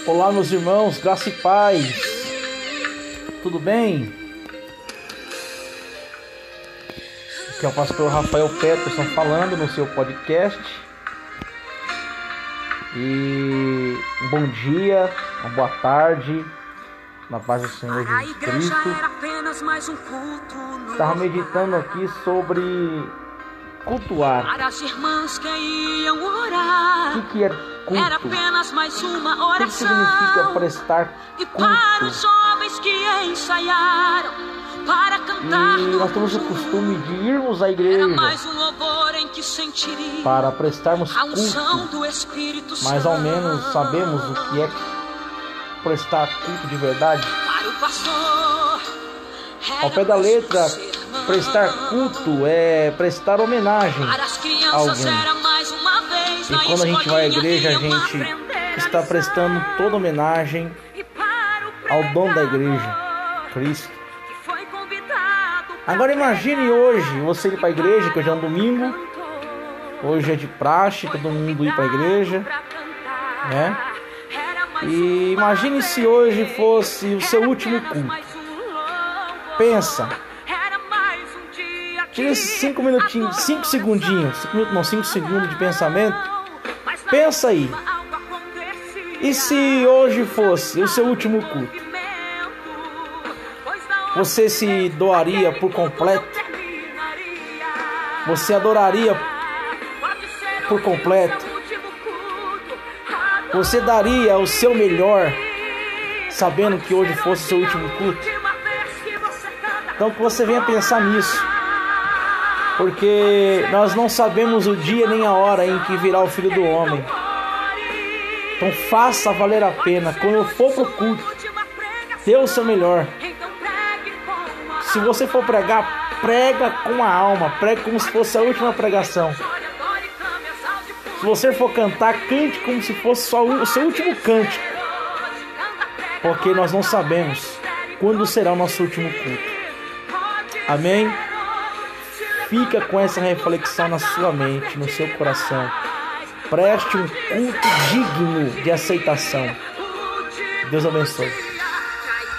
Olá, meus irmãos, graça e paz. Tudo bem? Aqui é o pastor Rafael Peterson falando no seu podcast. E um bom dia, uma boa tarde, na paz do Senhor Jesus Cristo. Estava meditando aqui sobre cultuar. Para as irmãs que iam orar, O que é culto? era apenas mais uma O que oração. significa prestar E para os culto? jovens que ensaiaram para cantar E no nós temos o culto, costume de irmos à era igreja mais um louvor em que sentiria para prestarmos a unção culto, do Espírito Santo. mas ao menos sabemos o que é prestar culto de verdade. Para o pastor, Ao pé da letra, prestar culto é prestar homenagem. para as crianças alguém. era mais uma vez E na quando a gente vai à escolinha igreja, a iam gente aprender a está lição. prestando toda homenagem E para o ao dono da pecador, igreja, Cristo. que foi convidado pra Agora imagine hoje você ir para a igreja, que hoje é um domingo, hoje é de praxe, todo mundo ir para a igreja, né? E imagine se hoje fosse o seu último culto. Pensa, tira esses 5 minutinhos, 5 segundinhos, 5 segundos de pensamento. Pensa aí. E se hoje fosse o seu último culto? Você se doaria por completo? Você adoraria por completo? Você daria o seu melhor, sabendo que hoje fosse o seu último culto? Então que você venha pensar nisso, porque nós não sabemos o dia nem a hora em que virá o Filho do Homem. Então faça valer a pena. Quando for pro culto, dê o seu melhor. Se você for pregar, prega com a alma, prega como se fosse a última pregação. Se você for cantar, cante como se fosse só o seu último cântico, porque nós não sabemos quando será o nosso último culto. Amém? Fica com essa reflexão na sua mente, no seu coração. Preste um culto digno de aceitação. Deus abençoe.